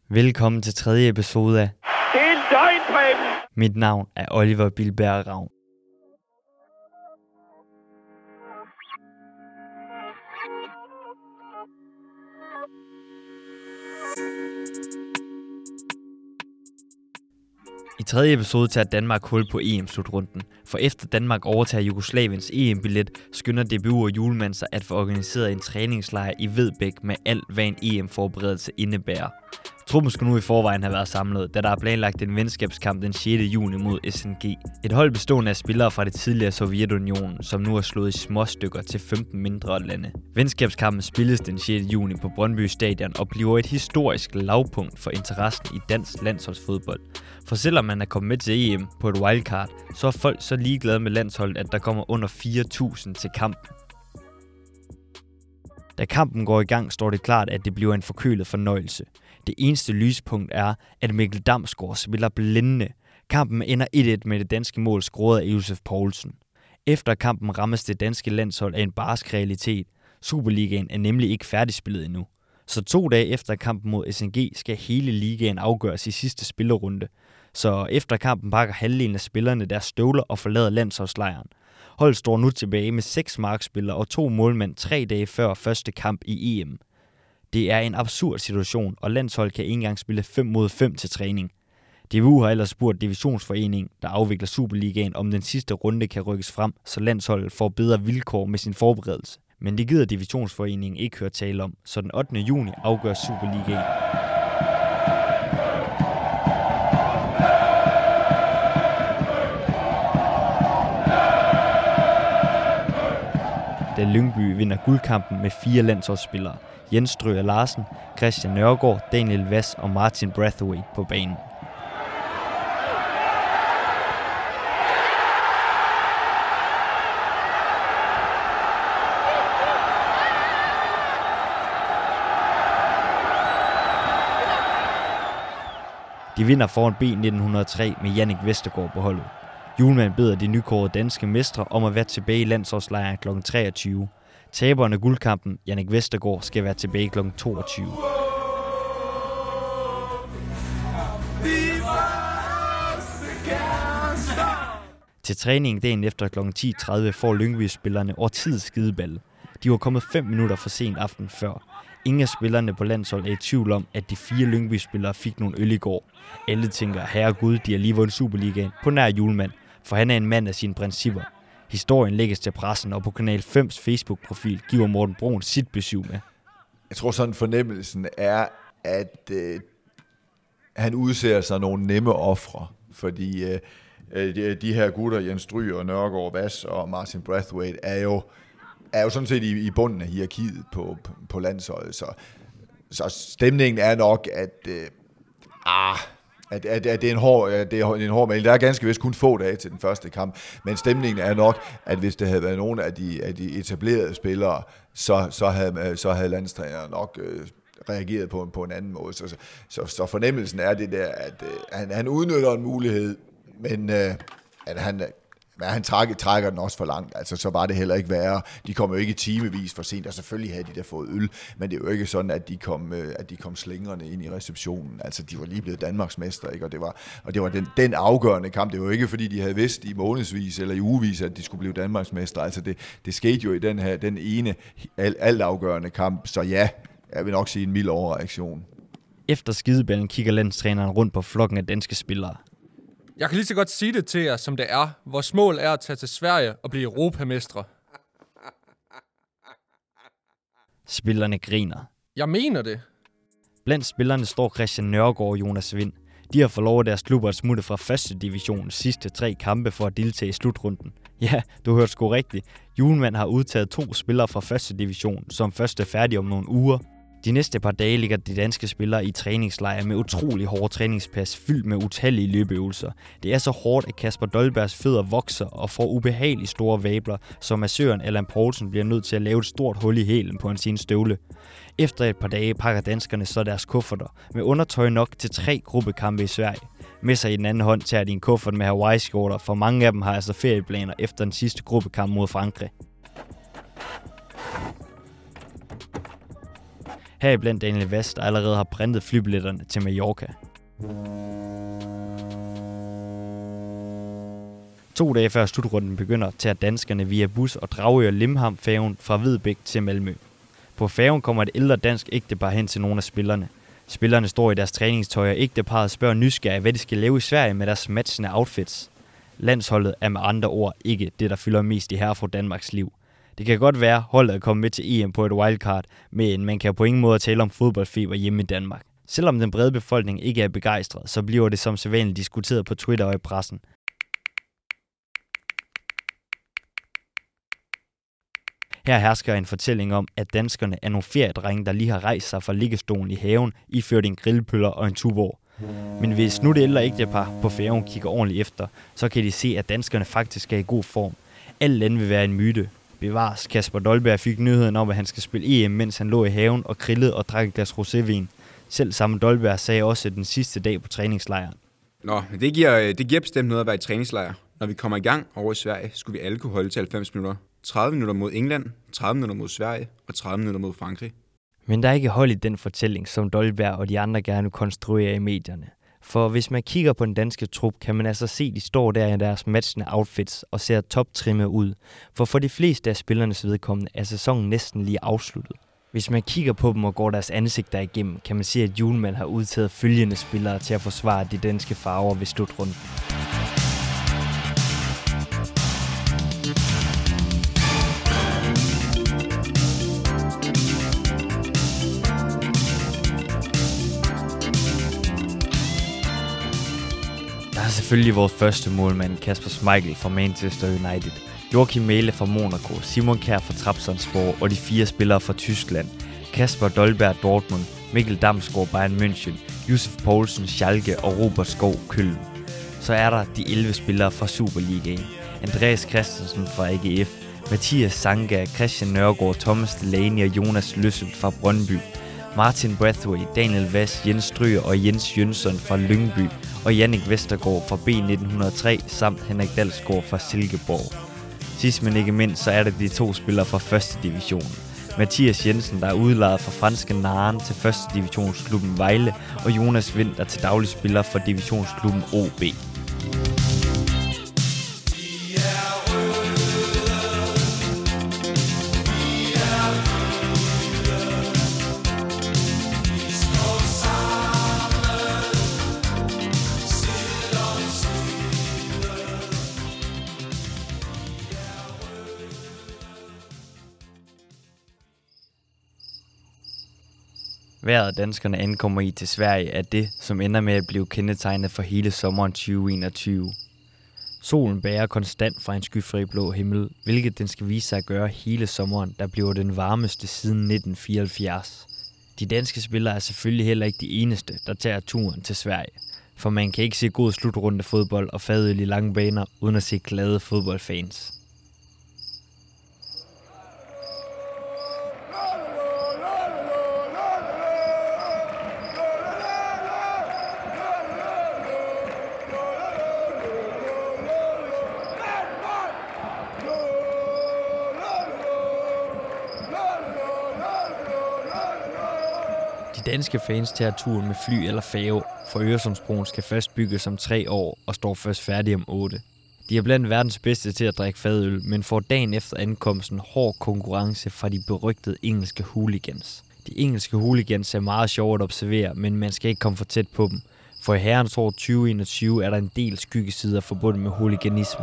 Velkommen til 3. episode af Det er løgn, Preben! Mit navn er Oliver Bilberg Ravn. I 3. episode tager Danmark hul på EM-slutrunden, for efter Danmark overtager Jugoslaviens EM-billet, skynder DBU og Hjulmand sig at få organiseret en træningslejr i Vedbæk med alt, hvad en EM-forberedelse indebærer. Truppen skulle nu i forvejen have været samlet, da der er planlagt en venskabskamp den 6. juni mod SNG. Et hold bestående af spillere fra det tidligere Sovjetunionen, som nu er slået i småstykker til 15 mindre lande. Venskabskampen spilles den 6. juni på Brøndby Stadion og bliver et historisk lavpunkt for interessen i dansk landsholdsfodbold. For selvom man er kommet med til EM på et wildcard, så er folk så ligeglade med landsholdet, at der kommer under 4.000 til kampen. Da kampen går i gang, står det klart, at det bliver en forkølet fornøjelse. Det eneste lyspunkt er, at Mikkel Damsgaard spiller blændende. Kampen ender 1-1 med det danske mål scoret af Josef Poulsen. Efter kampen rammes det danske landshold af en barsk realitet. Superligaen er nemlig ikke færdigspillet endnu. Så 2 dage efter kampen mod SNG skal hele ligaen afgøres i sidste spillerunde. Så efter kampen pakker halvdelen af spillerne deres støvler og forlader landsholdslejren. Holdet står nu tilbage med 6 markspillere og 2 målmænd 3 dage før første kamp i EM. Det er en absurd situation, og landshold kan ikke engang spille 5 mod 5 til træning. DBU har ellers spurgt Divisionsforeningen, der afvikler Superligaen, om den sidste runde kan rykkes frem, så landsholdet får bedre vilkår med sin forberedelse. Men det gider Divisionsforeningen ikke høre tale om, så den 8. juni afgør Superligaen. Da Lyngby vinder guldkampen med 4 landsholdsspillere, Jens Strøger Larsen, Christian Nørgaard, Daniel Vass og Martin Brathwaite på banen. De vinder foran B1903 med Jannik Vestergaard på holdet. Hjulmand beder de nykårede danske mestre om at være tilbage i landsholdslejren kl. 23. Taberen af guldkampen, Jannik Vestergaard, skal være tilbage kl. 22. Til træningen dagen efter kl. 10.30 får Lyngby-spillerne årtids skideballe. De var kommet 5 minutter for sent aften før. Ingen af spillerne på landshold er i tvivl om, at de 4 Lyngby-spillere fik nogle øl i går. Alle tænker, herregud, de har lige vundet Superligaen på nær Hjulmand, for han er en mand af sine principper. Historien lægges til pressen, og på Kanal 5's Facebook-profil giver Morten Brun sit besøg med. Jeg tror sådan fornemmelsen er, at han udser sig nogle nemme ofre, fordi de her gutter, Jens Strøger, Nørgaard, Vass og Martin Brathwaite, er jo sådan set i bunden af hierarkiet på landsholdet. Så stemningen er nok, at det er en hård melding. Der er ganske vist kun få dage til den første kamp, men stemningen er nok, at hvis det havde været nogle af de etablerede spillere, så havde landstræneren nok reageret på en anden måde. Så fornemmelsen er det der, at han udnytter en mulighed, men at han trækker den også for langt. Altså, så var det heller ikke værre. De kom jo ikke timevis for sent, og selvfølgelig havde de der fået øl, men det er jo ikke sådan, at de kom slingrende ind i receptionen. Altså, de var lige blevet Danmarksmester, ikke? Og det var den afgørende kamp. Det var jo ikke, fordi de havde vidst i månedsvis eller i ugevis, at de skulle blive Danmarksmester. Altså, det skete jo i den ene altafgørende kamp. Så ja, jeg vil nok sige en mild overreaktion. Efter skideballen kigger landstræneren rundt på flokken af danske spillere. Jeg kan lige så godt sige det til jer, som det er. Vores mål er at tage til Sverige og blive europamestre. Spillerne griner. Jeg mener det. Blandt spillerne står Christian Nørgaard og Jonas Vind. De har fået lov af deres klubber at smutte fra 1. divisions sidste 3 kampe for at deltage i slutrunden. Ja, du hørte sgu rigtigt. Hjulmand har udtaget 2 spillere fra 1. division, som først er færdige om nogle uger. De næste par dage ligger de danske spillere i træningslejre med utrolig hårde træningspas, fyldt med utallige løbeøvelser. Det er så hårdt, at Kasper Dolbergs fødder vokser og får ubehageligt store vabler, så massøren Allan Poulsen bliver nødt til at lave et stort hul i hælen på hans støvle. Efter et par dage pakker danskerne så deres kufferter med undertøj nok til 3 gruppekampe i Sverige. Med sig i den anden hånd tager de en kuffert med Hawaii-skjorter, for mange af dem har altså ferieplaner efter den sidste gruppekamp mod Frankrig. Heriblandt Daniel Vast, der allerede har printet flybilletterne til Mallorca. 2 dage før slutrunden begynder, tager danskerne via bus og Dragør Limhamn-færgen fra Hvidbæk til Malmø. På færgen kommer et ældre dansk ægtepar hen til nogle af spillerne. Spillerne står i deres træningstøj, og ægteparret spørger nysgerrigt, hvad de skal lave i Sverige med deres matchende outfits. Landsholdet er med andre ord ikke det, der fylder mest i herfra Danmarks liv. Det kan godt være, holdet er kommet med til EM på et wildcard, men man kan på ingen måde tale om fodboldfeber hjemme i Danmark. Selvom den brede befolkning ikke er begejstret, så bliver det som sædvanligt diskuteret på Twitter og i pressen. Her hersker en fortælling om, at danskerne er nogle feriedrenge, der lige har rejst sig fra liggestolen i haven, iført en grillpøller og en Tuborg. Men hvis nu det ældre ægtepar på færgen kigger ordentligt efter, så kan de se, at danskerne faktisk er i god form. Alt andet vil være en myte. Bevares, Kasper Dolberg fik nyheden om, at han skal spille EM, mens han lå i haven og grillede og drak et glas rosévin. Selv samme Dolberg sagde også den sidste dag på træningslejren. Nå, men det giver bestemt noget at være i træningslejr. Når vi kommer i gang over i Sverige, skulle vi alle kunne holde til 90 minutter. 30 minutter mod England, 30 minutter mod Sverige og 30 minutter mod Frankrig. Men der er ikke hold i den fortælling, som Dolberg og de andre gerne konstruerer i medierne. For hvis man kigger på den danske trup, kan man altså se, at de står der i deres matchende outfits og ser toptrimme ud. For de fleste af spillernes vedkommende er sæsonen næsten lige afsluttet. Hvis man kigger på dem og går deres ansigter igennem, kan man se, at Hjulmand har udtaget følgende spillere til at forsvare de danske farver ved slutrunden. Der er selvfølgelig vores første målmand, Kasper Schmeichel fra Manchester United, Joachim Mæhle fra Monaco, Simon Kjær fra Trabzonspor og de 4 spillere fra Tyskland, Kasper Dolberg Dortmund, Mikkel Damsgaard Bayern München, Josef Poulsen Schalke og Robert Skov Köln. Så er der de 11 spillere fra Superligaen, Andreas Christensen fra AGF, Mathias Sanka, Christian Nørgaard, Thomas Delaney og Jonas Løsselt fra Brøndby, Martin Braithwaite, Daniel Vass, Jens Stryger og Jens Jønsson fra Lyngby og Jannik Vestergaard fra B1903 samt Henrik Dalsgaard fra Silkeborg. Sidst men ikke mindst, så er der de 2 spillere fra 1. division. Mathias Jensen, der er udlejet fra franske Naren til 1. divisionsklubben Vejle, og Jonas Vinter til daglig spiller for divisionsklubben OB. Vejret danskerne ankommer i til Sverige er det, som ender med at blive kendetegnet for hele sommeren 2021. Solen bærer konstant fra en skyfri blå himmel, hvilket den skal vise sig at gøre hele sommeren, der bliver den varmeste siden 1974. De danske spillere er selvfølgelig heller ikke de eneste, der tager turen til Sverige. For man kan ikke se god slutrunde fodbold og fadøl i lange baner, uden at se glade fodboldfans. De danske fans tager turen med fly eller færge, for Øresundsbroen skal først bygges om 3 år og står først færdig om 8. De er blandt verdens bedste til at drikke fadøl, men får dagen efter ankomsten hård konkurrence fra de berygtede engelske hooligans. De engelske hooligans er meget sjove at observere, men man skal ikke komme for tæt på dem, for i herrens år 2021 er der en del skyggesider forbundet med hooliganisme.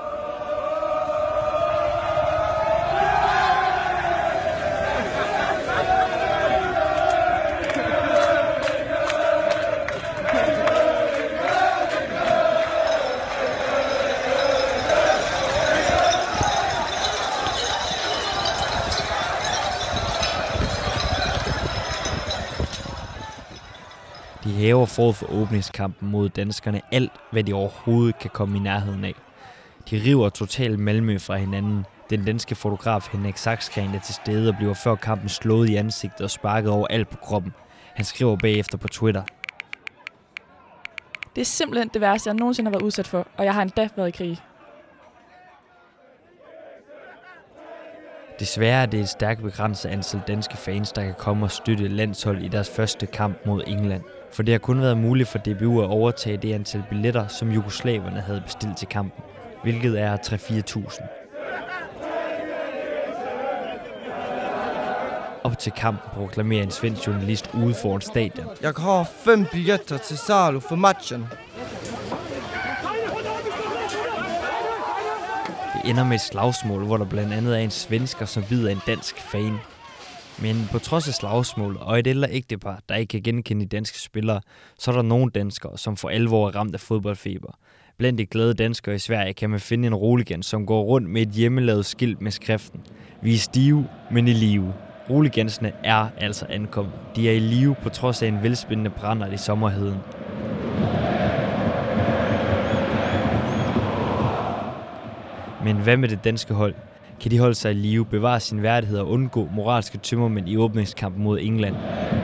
De hæver forud for åbningskampen mod danskerne alt, hvad de overhovedet kan komme i nærheden af. De river totalt Malmø fra hinanden. Den danske fotograf Henrik Saxgren er til stede og bliver før kampen slået i ansigtet og sparket over alt på kroppen. Han skriver bagefter på Twitter: Det er simpelthen det værste, jeg nogensinde har været udsat for, og jeg har endda været i krig. Desværre er det et stærkt begrænset antal danske fans, der kan komme og støtte landshold i deres første kamp mod England. For det har kun været muligt for DBU at overtage det antal billetter, som jugoslaverne havde bestilt til kampen, hvilket er 3-4.000. Op til kampen proklamerer en svensk journalist ude foran stadion. Jeg har 5 billetter til salu for matchen. Det ender med et slagsmål, hvor der blandt andet er en svensker, som bider en dansk fan. Men på trods af slagsmål og et ældre ægtepar, der ikke kan genkende de danske spillere, så er der nogle danskere, som for alvor er ramt af fodboldfeber. Blandt de glade danskere i Sverige kan man finde en roligans, som går rundt med et hjemmelavet skilt med skriften: "Vi er stive, men i live." Roligansene er altså ankommet. De er i live på trods af en velspændende brændert i sommerheden. Men hvad med det danske hold? Kan de holde sig i live, bevare sin værdighed og undgå moralske tømmermænd i åbningskampen mod England?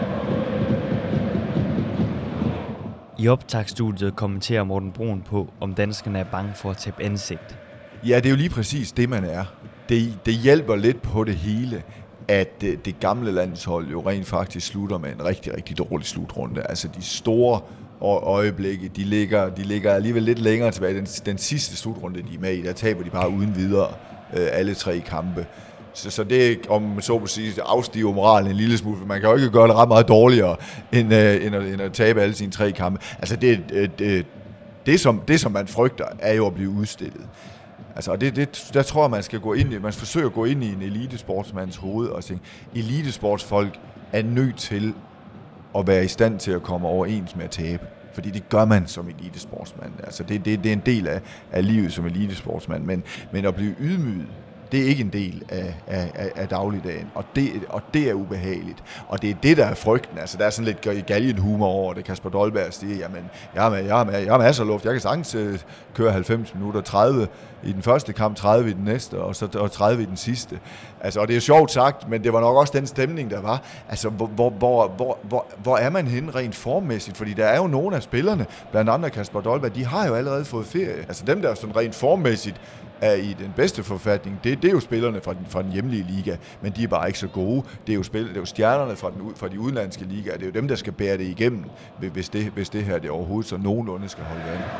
I optagsstudiet kommenterer Morten Brun på, om danskerne er bange for at tabe ansigt. Ja, det er jo lige præcis det, man er. Det hjælper lidt på det hele, at det gamle landshold jo rent faktisk slutter med en rigtig, rigtig dårlig slutrunde. Altså de store øjeblikke, de ligger alligevel lidt længere tilbage. Den sidste slutrunde, de er med i, der taber de bare uden videre alle 3 kampe. Så det, om man så på sige, afstiger moralen en lille smule, for man kan jo ikke gøre det ret meget dårligere, end at tabe alle sine 3 kampe. Altså det som man frygter, er jo at blive udstillet. Altså, og der tror jeg, man forsøger at gå ind i en elitesportsmands hoved og tænke, elitesportsfolk er nødt til at være i stand til at komme overens med at tabe. Fordi det gør man som elitesportsmand. Altså, det er en del af livet som elitesportsmand. Men at blive ydmyget, det er ikke en del af dagligdagen, og det er ubehageligt. Og det er det, der er frygten. Altså, der er sådan lidt galgenhumor over det. Kasper Dolberg siger, jamen, jeg har masser af luft. Jeg kan sagtens køre 90 minutter, 30 i den første kamp, 30 i den næste, og 30 i den sidste. Altså, og det er sjovt sagt, men det var nok også den stemning, der var. Altså, hvor er man henne rent formmæssigt? Fordi der er jo nogle af spillerne, blandt andre Kasper Dolberg, de har jo allerede fået ferie. Altså, dem, der er sådan rent formmæssigt er i den bedste forfatning, det er jo spillerne fra den hjemlige liga, men de er bare ikke så gode. Det er jo stjernerne fra de udenlandske ligaer, det er jo dem, der skal bære det igennem, hvis det her det overhovedet så nogenlunde skal holde vand.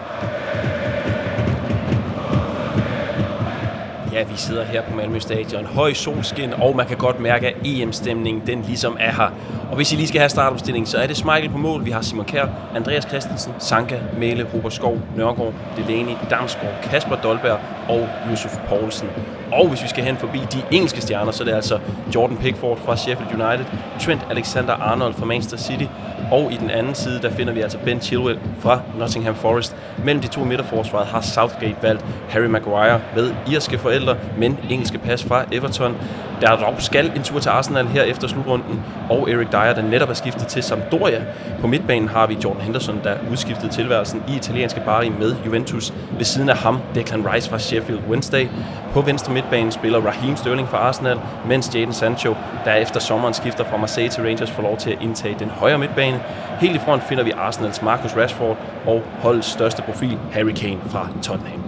Ja, vi sidder her på Malmø Stadion. Høj solskin, og man kan godt mærke, at EM-stemningen, den ligesom er her. Og hvis I lige skal have startopstillingen, så er det Schmeichel på mål. Vi har Simon Kjær, Andreas Christensen, Sanka, Mæle, Robert Skov, Nørgaard, Delaney, Damsgaard, Kasper Dolberg og Yusuf Poulsen. Og hvis vi skal hen forbi de engelske stjerner, så er det altså Jordan Pickford fra Sheffield United, Trent Alexander-Arnold fra Manchester City, og i den anden side, der finder vi altså Ben Chilwell fra Nottingham Forest. Mellem de 2 midterforsvaret har Southgate valgt Harry Maguire med irske forældre, men engelske pas fra Everton. Der dog skal en tur til Arsenal her efter slutrunden, og Eric Dyer, der netop er skiftet til Sampdoria. På midtbanen har vi Jordan Henderson, der udskiftede tilværelsen i italienske Bari med Juventus. Ved siden af ham Declan Rice fra Sheffield Wednesday. På venstre midtbanen spiller Raheem Sterling fra Arsenal, mens Jadon Sancho, der efter sommeren skifter fra Marseille til Rangers, får lov til at indtage den højre midtbane. Helt i front finder vi Arsenals Marcus Rashford og holdets største profil, Harry Kane fra Tottenham.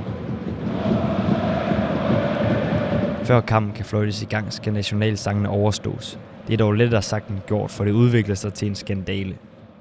Før kampen kan fløjtes i gang, skal nationalsangene overstås. Det er dog lettere sagt end gjort, for det udvikler sig til en skandale.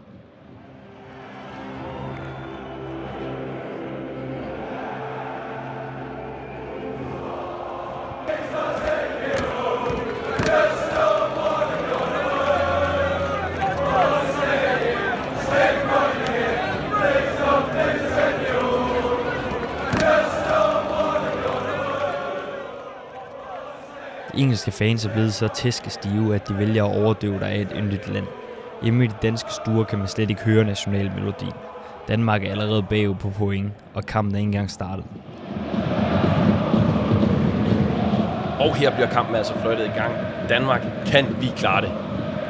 Engelske fans er blevet så tæskestive, at de vælger at overdøve dig af et yndigt land. Hjemme i de danske stuer kan man slet ikke høre nationalmelodien. Danmark er allerede bagud på point, og kampen er ikke engang startet. Og her bliver kampen altså fløjtet i gang. Danmark, kan vi klare det?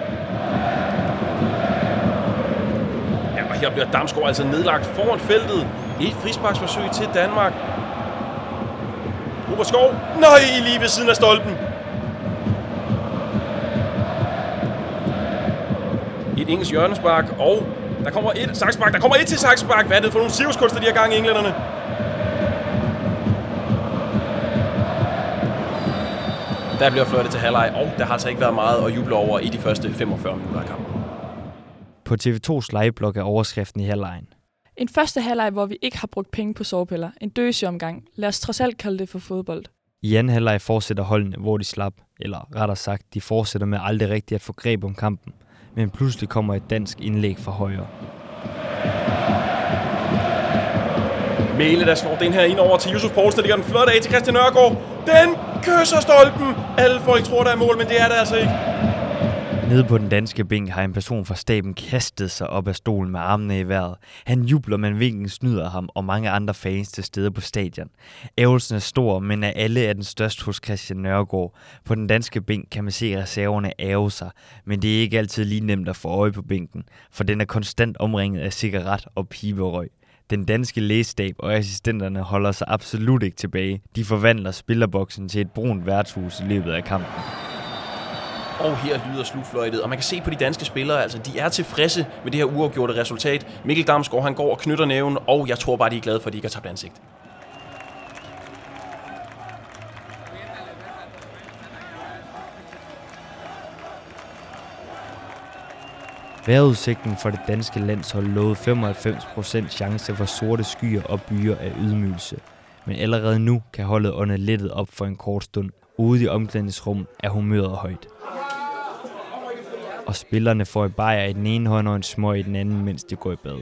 Ja, og her bliver Damsgaard altså nedlagt foran feltet. Et frisparksforsøg til Danmark. Robert Skov. Nej, lige ved siden af stolpen. Et engelsk hjørnespark, og der kommer et sakspark. Der kommer et til sakspark. Hvad er det for nogle cirkuskunster, de har gang i englænderne? Der bliver fløjtet til halvleg, og der har altså ikke været meget at juble over i de første 45 minutter af kampen. På TV2's liveblog er overskriften i halvlejen. En første halvleg, hvor vi ikke har brugt penge på sovepiller. En døseomgang. Lad os trods alt kalde det for fodbold. I anden halvleg fortsætter holdene, hvor de slap, eller rettere sagt, de fortsætter med aldrig rigtigt at få greb om kampen. Men pludselig kommer et dansk indlæg fra højre. Mæle, der slår den her ind over til Yusuf Poulsen, der ligger den flot af til Christian Nørgaard. Den kysser stolpen. Alle folk tror, der er mål, men det er det altså ikke. Nede på den danske bænk har en person fra staben kastet sig op af stolen med armene i vejret. Han jubler, men vinken snyder ham og mange andre fans til stede på stadion. Ærgelsen er stor, men af alle er den størst hos Christian Nørgaard. På den danske bænk kan man se reserverne ærge sig, men det er ikke altid lige nemt at få øje på bænken, for den er konstant omringet af cigaret og piberøg. Den danske lægestab og assistenterne holder sig absolut ikke tilbage. De forvandler spillerboksen til et brunt værtshus i løbet af kampen. Og her lyder slutfløjtet, og man kan se på de danske spillere, altså de er tilfredse med det her uafgjorte resultat. Mikkel Damsgaard, han går og knytter næven, og jeg tror bare, de er glade for, at de ikke har tabt ansigt. Vejrudsigten for det danske landshold lovede 95% chance for sorte skyer og byer af ydmygelse. Men allerede nu kan holdet ånde lettet op for en kort stund. Ude i omklædningsrummet er humøret højt. Og spillerne får et bajer i den ene hånd og en smøg i den anden, mens de går i bad.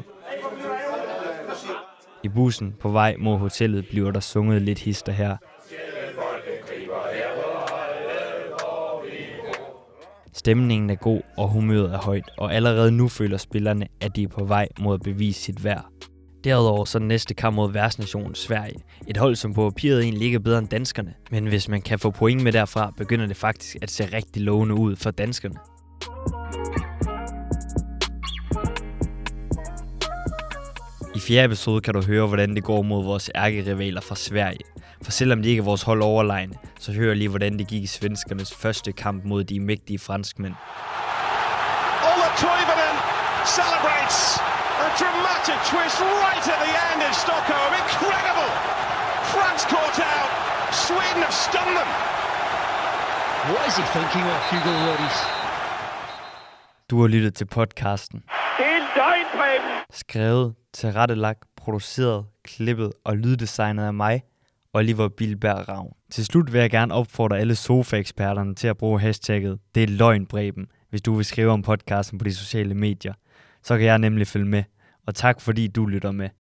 I bussen på vej mod hotellet bliver der sunget lidt hister her. Stemningen er god, og humøret er højt, og allerede nu føler spillerne, at de er på vej mod at bevise sit værd. Derudover så den næste kamp mod værtsnationen Sverige. Et hold, som på papiret egentlig ikke er bedre end danskerne. Men hvis man kan få point med derfra, begynder det faktisk at se rigtig lovende ud for danskerne. I fjerde episode kan du høre, hvordan det går mod vores ærkerivaler fra Sverige. For selvom de ikke er vores hold overlegne, så hører lige, hvordan det gik i svenskernes første kamp mod de mægtige franskmænd. Ola Toivonen celebrates a dramatic twist right at the end in Stockholm. Incredible! France caught out. Sweden have stunned them. What is he thinking of, Hugo Lloris? Du har lyttet til podcasten. In dein Bremen. Skrevet, tilrettelagt, produceret, klippet og lyddesignet af mig, Oliver Bilberg Ravn. Til slut vil jeg gerne opfordre alle sofa-eksperterne til at bruge hashtagget Det er løgn, Breben, hvis du vil skrive om podcasten på de sociale medier. Så kan jeg nemlig følge med. Og tak fordi du lytter med.